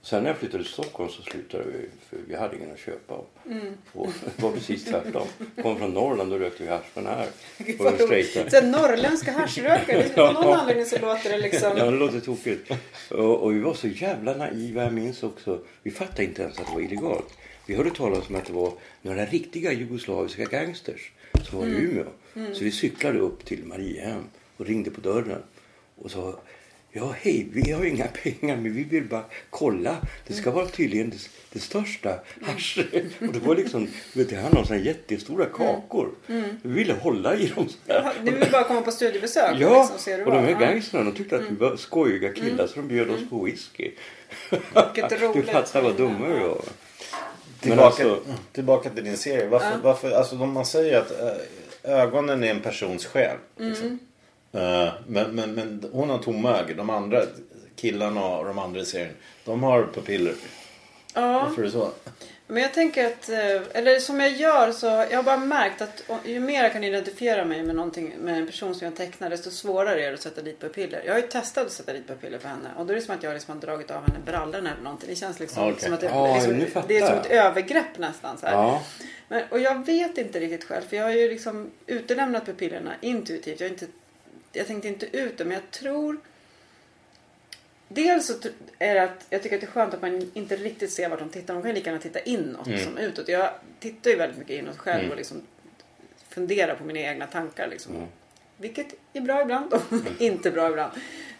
Sen när jag flyttade till Stockholm så slutade vi, för vi hade ingen att köpa. Och det var precis tvärtom. Kom från Norrland och rökte vi hasch, men här var vi straighta.
Så norrländska haschrökare, på någon anledning så låter det liksom...
Ja, det låter tokigt. Och vi var så jävla naiva, jag minns också. Vi fattade inte ens att det var illegalt. Vi hörde talas om att det var några riktiga jugoslaviska gangsters som var i Umeå. Så vi cyklade upp till Mariehem och ringde på dörren och sa: ja, hej, vi har inga pengar men vi vill bara kolla. Det ska vara tydligen det största haschet. Och det var liksom, vet du, han har sådana jättestora kakor. Vi ville hålla i dem så här.
Du vill bara komma på studiebesök.
Ja,
liksom, ser du
och de här gangsterna, de tyckte att vi var skojiga killar så de bjöd oss på whisky.
Vilket roligt.
Du fattar vad dumma vi var.
Tillbaka till din serie. Varför, alltså man säger att ögonen är en persons själ. Liksom. Men hon har tomma ögon. De andra killarna och de andra i serien, de har pupiller.
Ja.
Varför är det så?
Men jag tänker att, eller som jag gör så, jag har bara märkt att ju mer jag kan identifiera mig med någonting, med en person som jag tecknar, desto svårare är det att sätta dit pupiller. Jag har ju testat att sätta dit pupiller för henne och då är det som att jag liksom har dragit av henne brallorna eller någonting. Det känns liksom som att det är som ett övergrepp nästan så här. Ja. Och jag vet inte riktigt själv, för jag har ju liksom utelämnat pupillerna intuitivt. Jag tänkte inte ut det, men jag tror... Dels så är det att jag tycker att det är skönt att man inte riktigt ser vart de tittar. De kan ju lika gärna titta inåt som utåt. Jag tittar ju väldigt mycket inåt själv och liksom funderar på mina egna tankar. Liksom. Vilket är bra ibland och inte bra ibland.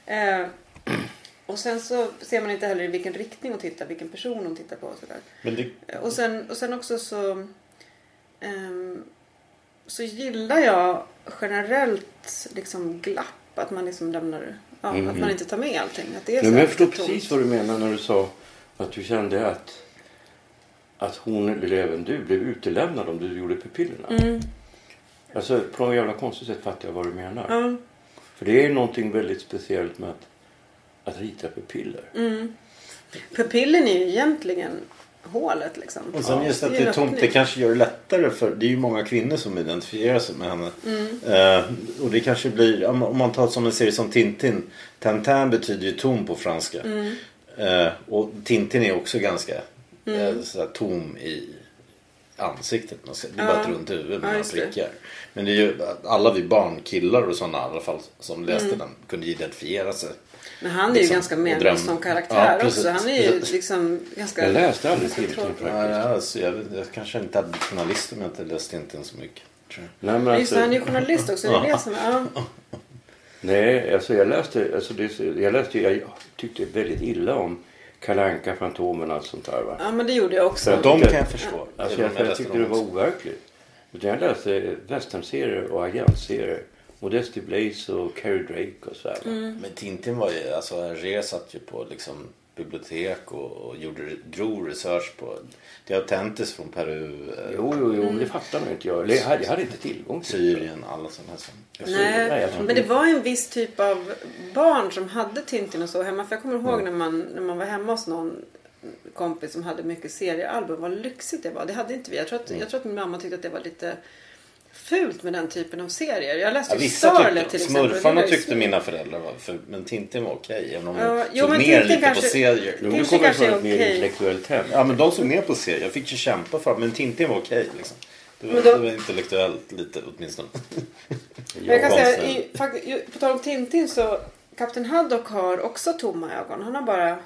Och sen så ser man inte heller i vilken riktning hon tittar, vilken person hon tittar på. Och, sådär. Och sen också så gillar jag generellt liksom glapp. Att man liksom lämnar... Ja, att man inte tar med allting. Att det är
men jag förstår precis vad du menar när du sa att du kände att hon eller även du blev utelämnad om du gjorde pupillerna. Alltså på något jävla konstigt sätt fattar jag vad du menar. För det är någonting väldigt speciellt med att rita pupiller.
Pupillen är ju egentligen hålet liksom.
Och sen just att det är tomt, det kanske gör det lättare för det är ju många kvinnor som identifierar sig med henne. Och det kanske blir, om man tar som en serie som Tintin. Tintin betyder ju tom på franska. Och Tintin är också ganska så här, tom i ansiktet. Det är bara ett runt huvud med några prickar. Men det är ju alla vi barn, killar och sådana i alla fall som läste den kunde identifiera sig.
Men han är ju liksom, ganska medveten som karaktär också. Han är ju liksom ganska...
Jag läste aldrig Tintin
faktiskt. Jag kanske inte hade journalist om jag inte läste Tintin så mycket.
Nej, men
just han är ju journalist också. Det är det som
Nej, alltså jag tyckte väldigt illa om Kalle Anka, Fantomen och allt sånt där, va?
Ja, men det gjorde jag också.
De kan jag förstå.
Alltså jag tyckte det var overkligt. Utan jag läste westernserier och agentserier. Modesty Blaze och Carrie Drake och så här.
Men Tintin var ju, alltså Hergé satt ju på liksom bibliotek och drog research på Diatentis från Peru.
Jo, men det fattar man inte jag. Jag hade inte tillgång till
Syrien, alla sådana här saker.
Nej, men det var en viss typ av barn som hade Tintin och så hemma. För jag kommer ihåg när man var hemma hos någon kompis som hade mycket seriealbum. Vad lyxigt det var. Det hade inte vi. Jag tror att min mamma tyckte att det var lite fult med den typen av serier. Jag läste ju Starlet till exempel.
Smurfarna tyckte mina föräldrar var men Tintin var okej. Även om de såg ner lite kanske, på serier.
De kommer från ett mer intellektuellt hem.
Ja, men de såg ner på serier. Jag fick ju kämpa för men Tintin var okej liksom. Det var intellektuellt lite åtminstone.
Jag kan säga, på tal om Tintin så Kapten Haddock har också tomma ögon. Han har bara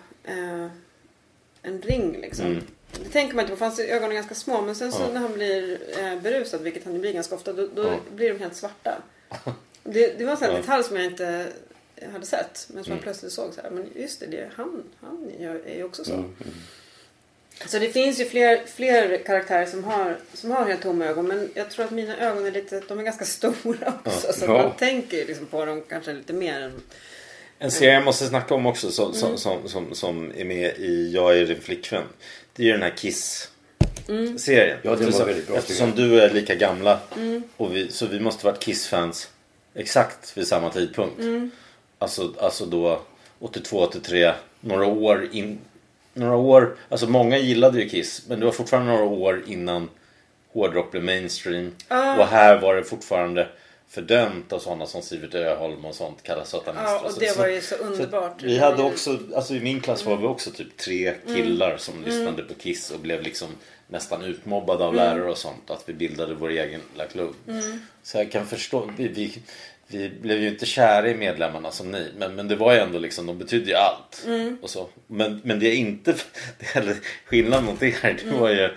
en ring liksom. Det tänker man inte på, för hans ögon är ganska små. Men sen så när han blir berusad, vilket han blir ganska ofta, då blir de helt svarta. Det var en sån detalj som jag inte hade sett. Men som jag plötsligt såg så här. Men just det han är ju också så. Så det finns ju fler karaktärer som har helt tomma ögon. Men jag tror att mina ögon är ganska stora också. Så man tänker liksom på dem kanske lite mer än...
En serie jag måste snacka om också som är med i Jag är din flickvän. Det är ju den här Kiss-serien.
Ja, den var väldigt bra.
Eftersom du är lika gamla och vi måste varit Kiss-fans exakt vid samma tidpunkt. Alltså då 82-83, några år, alltså många gillade ju Kiss, men det var fortfarande några år innan hårdrock blev mainstream. Och här var det fortfarande fördömt av sådana som Sivert Öholm och sånt, kallas satanister.
Ja, och det var ju så underbart.
Så vi hade också, alltså i min klass var vi också typ 3 killar som lyssnade på Kiss och blev liksom nästan utmobbade av lärare och sånt. Att vi bildade vår egen klubb. Så jag kan förstå, vi blev ju inte kära i medlemmarna som ni, men det var ju ändå liksom, de betydde ju allt. Och så. Men det är inte, skillnad mot er, det var ju,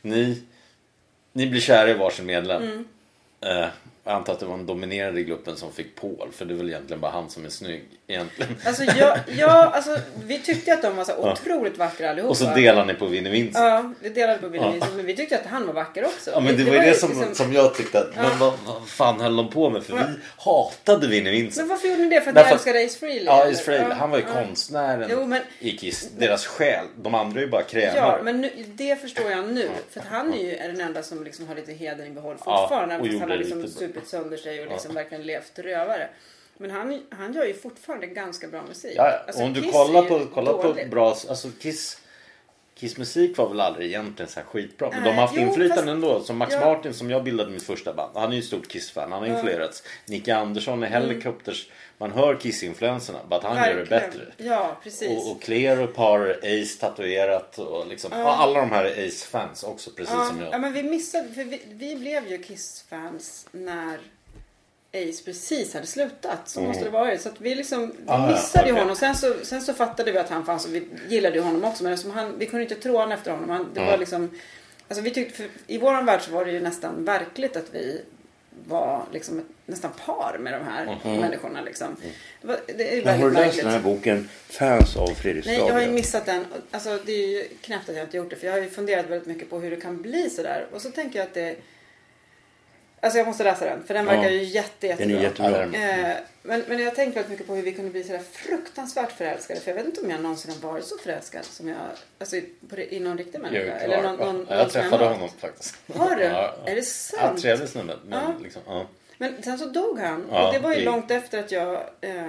ni blir kära i varsin medlem. Jag antar att det var en dominerande i gruppen som fick Paul, för det är väl egentligen bara han som är snygg egentligen.
Alltså vi tyckte att de var så otroligt vackra allihopa.
Och så delade ni på Vinnie Vincent.
Ja, vi delade på Vinnie Vincent, men vi tyckte att han var vacker också.
Ja, men det var ju det som jag tyckte att, men vad fan höll de på med? För vi hatade Vinnie Vincent.
Men varför gjorde ni det? För att ni älskade Ace Frehley?
Ja, Ace Frehley, han var ju konstnären i Kiss, deras själ. De andra är ju bara krämar.
Ja, men nu, det förstår jag nu. För att han är den enda som liksom har lite heder i behåll fortfarande.
Ja, och
han har liksom
lite
supit sönder sig och liksom verkligen levt rövare. Men han gör ju fortfarande ganska bra musik.
Ja,
alltså,
om du
Kiss
kollar på bra, alltså Kiss musik var väl aldrig egentligen så här skitbra, men de har haft inflytande ändå. Som Max Martin, som jag bildade mitt första band, han är ju stort Kiss-fan, han har influerats. Nicky Andersson i Helicopters, man hör Kiss-influenserna, bara att han gör det bättre.
Ja, precis.
Och Clear har Ace tatuerat och liksom, alla de här Ace-fans också, precis som jag.
Ja, men vi missade, för vi blev ju Kiss-fans när Ace precis hade slutat, så måste det vara. Så att vi liksom missade ju honom. Sen så fattade vi att han fanns och vi gillade ju honom också, men som vi kunde inte tråna efter honom. Det var liksom, alltså vi tyckte, i våran värld så var det ju nästan verkligt att vi var liksom nästan par med de här människorna liksom. Det är
väldigt har du läst den här boken Fans av Fredrik Strage?
Nej, jag har ju missat den. Alltså det är ju knappt att jag inte gjort det, för jag har ju funderat väldigt mycket på hur det kan bli sådär. Och så tänker jag att det, alltså jag måste läsa den, för den verkar ju jättebra.
Den är jättebra.
Men jag tänkte väldigt mycket på hur vi kunde bli sådär fruktansvärt förälskade. För jag vet inte om jag någonsin har varit så förälskad som jag, alltså i någon riktig människa. Eller någon
jag träffade honom faktiskt.
Har du? Är det sant?
Ja, trevlig snubbe.
Men sen så dog han. Och det var ju långt efter att jag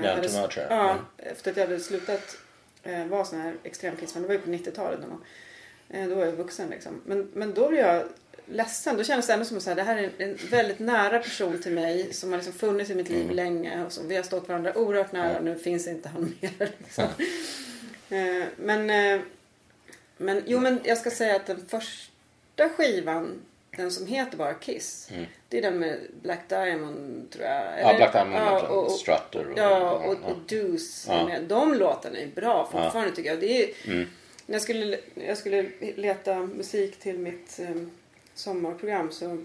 efter att jag hade slutat vara sån här extremkissman. Det var ju på 90-talet då var jag vuxen liksom. Men då blev jag ledsen. Då kändes det ändå som att det här är en väldigt nära person till mig som har liksom funnits i mitt liv länge. Och så vi har stått varandra oerhört nära. Nu finns inte han mer liksom. Men jag ska säga att den första skivan, den som heter bara Kiss, det är den med Black Diamond, tror jag. Eller?
Ja, Black Diamond och Strutter.
Och Deuce. De låtarna är bra fortfarande tycker jag. Det är, när jag skulle leta musik till mitt sommarprogram, så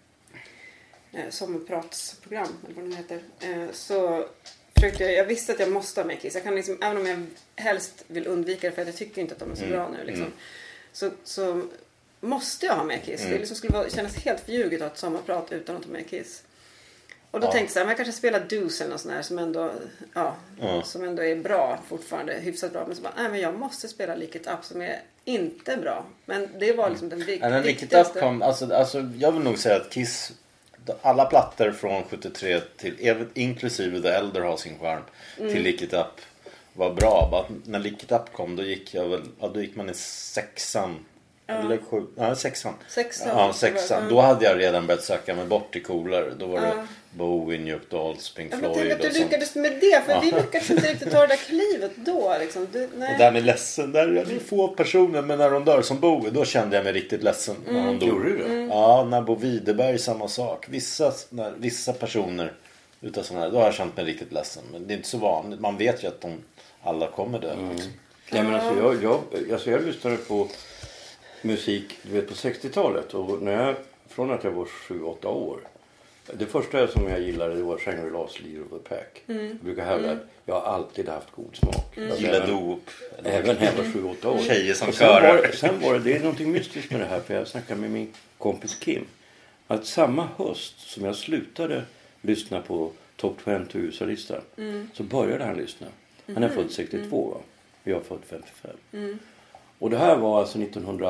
sommarpratsprogram eller vad det heter, så försökte jag visste att jag måste ha med Kiss. Jag kan liksom, även om jag helst vill undvika det för att jag tycker inte att de är så bra nu liksom, så måste jag ha med Kiss. Det liksom skulle kännas helt förljuget att ha ett sommarprat utan att ha med Kiss. Och då tänkte jag, men jag kanske spelar Deuce eller något sånt där som ändå, som ändå är bra fortfarande, hyfsat bra. Men så bara, nej men jag måste spela Lick It Up som är inte bra. Men det var liksom den viktigaste.
Lick It Up kom, alltså jag vill nog säga att Kiss, alla plattor från 73 till, inklusive The Elder har sin charm, till Lick It Up var bra. Bara när Lick It Up kom, då gick man i sexan. Eller sexan. Ja, sexan. Då hade jag redan börjat söka mig bort till coolare. Då var det Bowie, New York Dolls, Pink Floyd.
Jag tänkte att du lyckades med det. För vi lyckades inte riktigt ta det där klivet då. Liksom.
Och där med ledsen. Där är det få personer, men när de dör som Bowie, då kände jag mig riktigt ledsen. När de dog.
Gjorde du det?
Ja, när Bo Widerberg, samma sak. Vissa personer utav sådana här, då har jag känt mig riktigt ledsen. Men det är inte så vanligt. Man vet ju att alla kommer dö. Liksom.
Nej, men alltså jag lyssnade på musik, du vet, på 60-talet, och från att jag var 7-8 år, det första som jag gillade, det var Shangri-La's Leader of the Pack. Jag brukar hävda att jag har alltid haft god smak.
Gilla dop.
Även när jag var 7-8 år.
Tjejer som körar.
Sen var det är någonting mystiskt med det här, för jag snackade med min kompis Kim, att samma höst som jag slutade lyssna på Top 20 USA-listan, så började han lyssna. Han är född 62, va? Jag är född 55. Och det här var alltså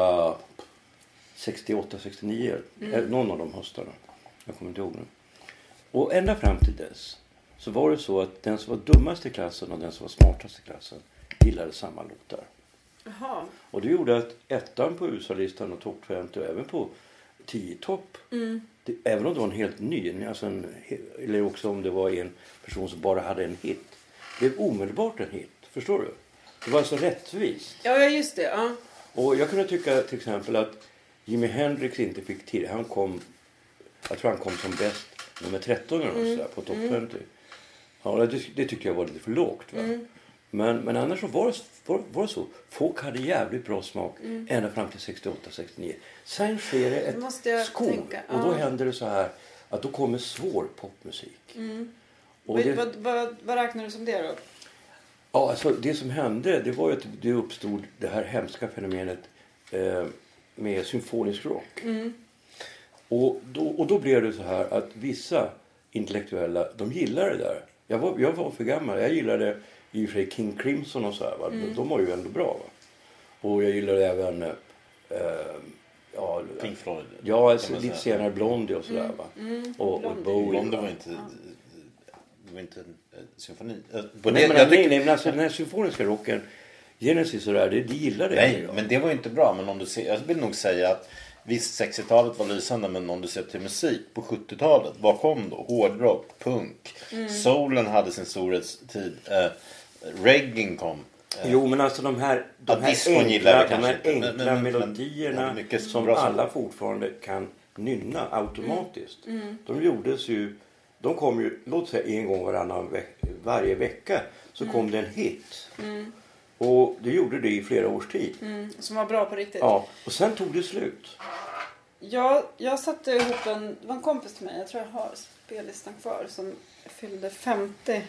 1968-69, någon av de höstarna. Jag kommer inte ihåg nu. Och ända fram till dess så var det så att den som var dummast i klassen och den som var smartast i klassen gillade samma låtar.
Jaha.
Och det gjorde att ettan på USA-listan och Top 20 och även på 10-topp. Även om det var en helt ny, alltså eller också om det var en person som bara hade en hit. Det är omedelbart en hit, förstår du? Det var så rättvist.
Ja, just det. Ja.
Och jag kunde tycka till exempel att Jimi Hendrix inte fick tid. Jag tror han kom som bäst nummer 13 eller så där, på Top 50. Ja, det tycker jag var lite för lågt. Va? Men annars så var det så. Folk hade jävligt bra smak ända fram till 68-69. Sen sker det ett skov. Och då händer det så här att då kommer svår popmusik. Och
vad räknar du som det då?
Ja, alltså det som hände, det var ju att det uppstod det här hemska fenomenet med symfonisk rock. Och då blev det så här att vissa intellektuella, de gillade det där. Jag var för gammal. Jag gillade i och för sig King Crimson och så här. Va? De var ju ändå bra. Va? Och jag gillade även
Pink Floyd.
Ja, alltså, lite senare Blondie och sådär. Va? Och Bowie.
Blondie var inte... Det var inte en symfoni.
Men alltså, den här symfoniska rocken, Genesis och det gillade jag.
Nej, men det var ju inte bra. Men om du ser, jag vill nog säga att visst, 60-talet var lysande, men om du ser till musik på 70-talet, vad kom då? Hårdrock, punk. Soulen hade sin storhetstid. Reggae kom.
Jo, men alltså de här enkla melodierna som alla fortfarande kan nynna automatiskt. De gjordes ju, de kom ju, låt säga en gång varje vecka så kom det en hit. Och det gjorde det i flera års tid.
Som var bra på riktigt.
Ja, och sen tog det slut.
Jag satte ihop det var en kompis till mig, jag tror jag har spellistan kvar, som fyllde 50.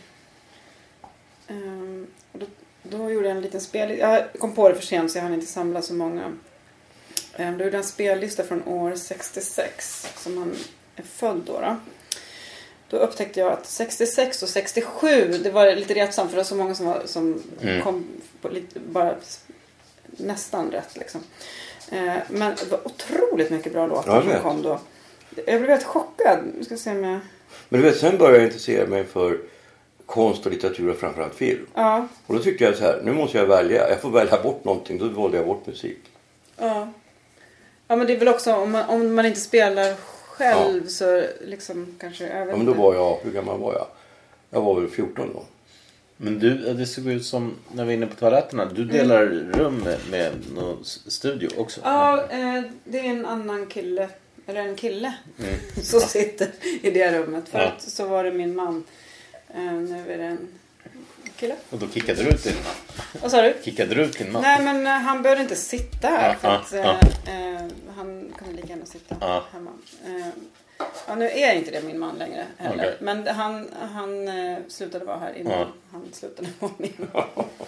Och då gjorde jag en liten spellista. Jag kom på det för sent så jag hann inte samla så många. Då gjorde jag en spellista från år 66 som han är född då. Då upptäckte jag att 66 och 67, det var lite retsamt för det var så många som kom på lite, bara nästan rätt liksom. Men det var otroligt mycket bra låtar som kom då. Jag blev helt chockad. Jag ska se om jag...
Men du vet, sen började jag intressera mig för konst och litteratur och framförallt film.
Ja.
Och då tyckte jag så här, nu måste jag välja. Jag får välja bort någonting, då valde jag bort musik.
Ja. Ja, men det är väl också om man inte spelar själv så liksom kanske...
Ja, men då var jag, hur gammal var jag? Jag var väl 14 då.
Men det såg ut som när vi är inne på toaletterna. Du delar rum med någon studio också.
Ja, det är en annan kille. Eller en kille som sitter i det rummet. Förut så var det min man. Nu är det en kille.
Och då kickade du ut din man?
Vad sa du?
Kickade du ut din man?
Nej, men han behövde inte sitta här. För att han kunde lika gärna sitta hemma. Ja, nu är inte det min man längre heller. Okay. Men han slutade vara här innan han slutade vara min man.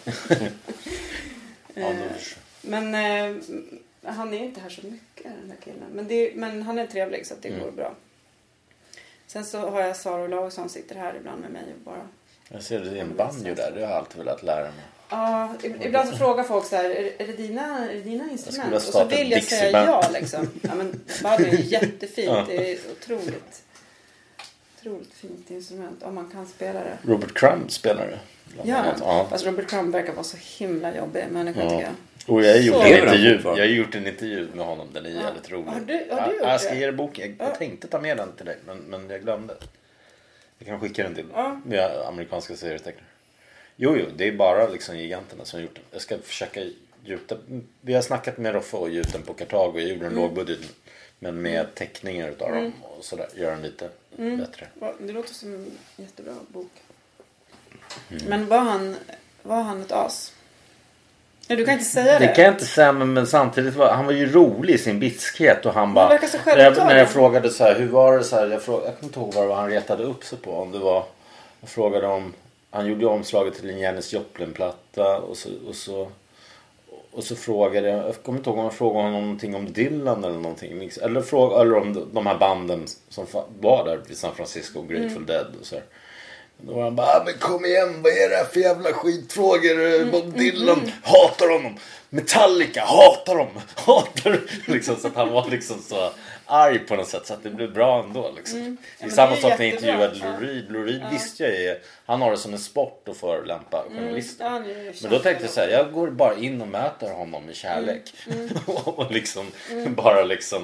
Men han är inte här så mycket, den där killen. Men han är trevlig så att det går bra. Sen så har jag Sara Olausson som sitter här ibland med mig och bara...
Jag ser det i en banjo där, det har jag alltid velat lära mig.
Ja, ibland så frågar folk så här, är det dina instrument? Och så vill jag säga ja liksom. Ja, men banjo är jättefint, det är otroligt fint instrument om man kan spela det.
Robert Crumb spelar det.
Ja, fast Robert Crumb verkar vara så himla jobbig människa tycker jag.
Och jag har gjort en intervju med honom, den är jävligt rolig.
Har du gjort
jag ska ge dig boken. Jag tänkte ta med den till dig, men jag glömde. Jag kan skicka den till via amerikanska serietecknare. Jo, det är bara liksom giganterna som har gjort den. Jag ska försöka gjuta. Vi har snackat med Roffe och gjort den på Kartago. Jag gjorde en lågbudget, men med teckningar utav dem och sådär. Gör den lite bättre.
Det låter som en jättebra bok. Men var han ett as? Ja, du kan inte säga det.
Det kan jag inte säga, men samtidigt han var ju rolig i sin bitskhet och han bara...
verkar så självklart.
När jag frågade så här, hur var det så här, jag kommer inte ihåg vad han retade upp sig på. Om det var, jag frågade om, han gjorde omslaget till en Janis Joplin-platta och så frågade jag kommer inte ihåg om jag frågade honom någonting om Dylan eller någonting. Eller om de här banden som var där i San Francisco, Grateful Dead och så här. Då var han bara, men kom igen, vad är det här för jävla skitfrågor? Bob Dylan, hatar honom. Metallica, hatar liksom, så att han var liksom så arg på något sätt så att det blev bra ändå liksom. Det är samma sak när jag intervjuade Lou Reed visste jag ju, han har det som en sport att förolämpa journalister. Men då tänkte jag så här, jag går bara in och möter honom med kärlek och liksom bara liksom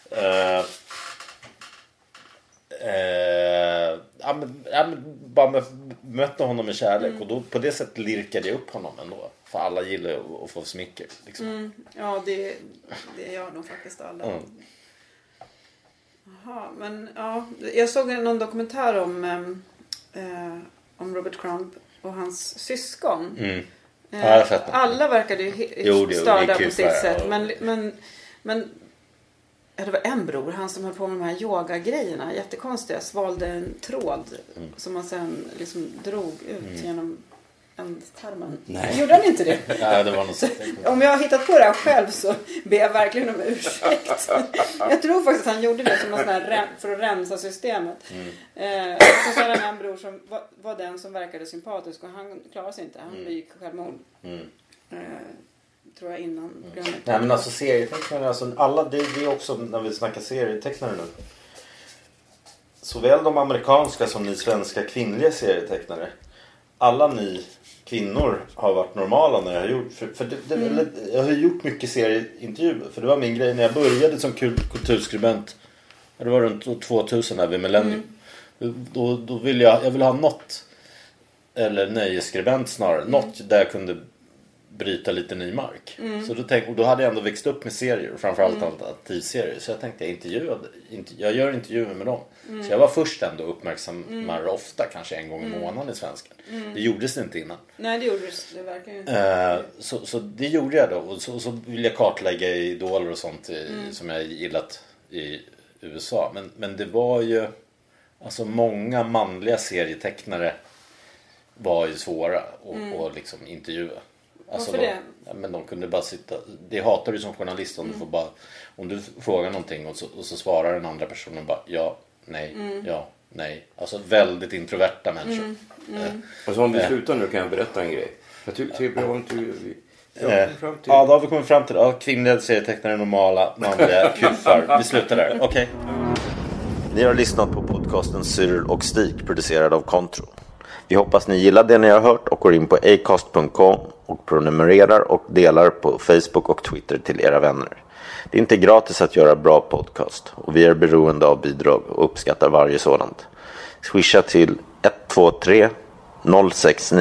Bara mötte honom med kärlek och då på det sättet lirkade jag upp honom ändå. För alla gillar att få smicker liksom.
Ja, det gör nog faktiskt alla. Jaha, men ja, jag såg någon dokumentär om Robert Crumb och hans syskon. Alla verkade ju störda på sitt sätt. Men det var en bror, han som höll på med de här yoga-grejerna, jättekonstiga, svalde en tråd som man sen liksom drog ut genom ändtarmen.
Nej.
Gjorde han inte det?
Nej, det var något sånt.
Om jag har hittat på det här själv så ber jag verkligen om ursäkt. Jag tror faktiskt att han gjorde det som någon sån här för att rensa systemet. Så var det en bror som var den som verkade sympatisk och han klarade sig inte. Han begick självmord. Tror jag innan.
Nej, men alltså serietecknare, alltså alla, det är också när vi snackar serietecknare nu. Såväl de amerikanska som ni svenska kvinnliga serietecknare. Alla ni kvinnor har varit normala när jag har gjort. Jag har gjort mycket serieintervjuer. För det var min grej när jag började som kulturskribent. Det var runt 2000 här vid Millennium. Då ville jag ville ha något. Eller nöjesskribent snarare. Något där jag kunde bryta lite ny mark. Så då hade jag ändå växt upp med serier. Framförallt alternativserier. Så jag tänkte jag gör intervjuer med dem. Så jag var först ändå uppmärksammare ofta. Kanske en gång i månaden i svenskan. Det gjordes inte innan.
Nej, det gjordes det verkligen inte.
Så det gjorde jag då. Och så ville jag kartlägga idoler och sånt som jag gillat i USA. Men det var ju alltså många manliga serietecknare var ju svåra att liksom intervjua. Alltså
varför det?
Men de kunde bara sitta. Det hatar du som journalist om du får bara, om du frågar någonting och så svarar den andra personen bara ja, nej, ja, nej. Alltså väldigt introverta människor.
Och så om vi slutar nu kan jag berätta en grej. Jag tycker det var inte
då har vi kommit fram till kvinnliga serietecknare, normala manliga kuffar. Vi slutar där. Okej.
Ni har lyssnat på podcasten Cyril och Stig, producerad av Contro. Vi hoppas ni gillar det ni har hört och går in på acast.com och prenumererar och delar på Facebook och Twitter till era vänner. Det är inte gratis att göra bra podcast och vi är beroende av bidrag och uppskattar varje sådant. Swisha till 123 069.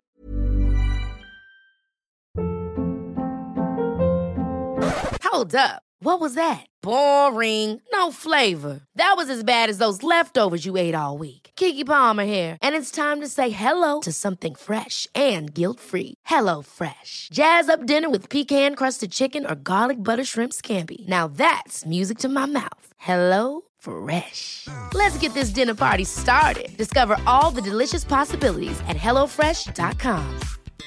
Hold up. What was that? Boring. No flavor. That was as bad as those leftovers you ate all week. Keke Palmer here, and it's time to say hello to something fresh and guilt-free. Hello Fresh. Jazz up dinner with pecan-crusted chicken or garlic butter shrimp scampi. Now that's music to my mouth. Hello Fresh. Let's get this dinner party started. Discover all the delicious possibilities at hellofresh.com.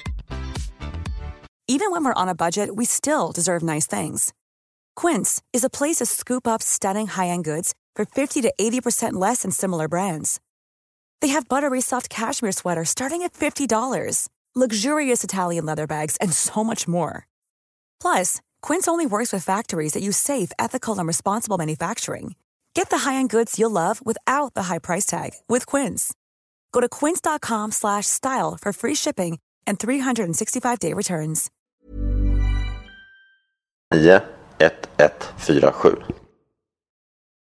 Even when we're on a budget, we still deserve nice things. Quince is a place to scoop up stunning high-end goods for 50 to 80% less than similar brands. They have buttery soft cashmere sweaters starting at $50, luxurious Italian leather bags, and so much more. Plus, Quince only works with factories that use safe, ethical, and responsible manufacturing. Get the high-end goods you'll love without the high price tag with Quince. Go to quince.com/style for free shipping and 365-day returns.
91147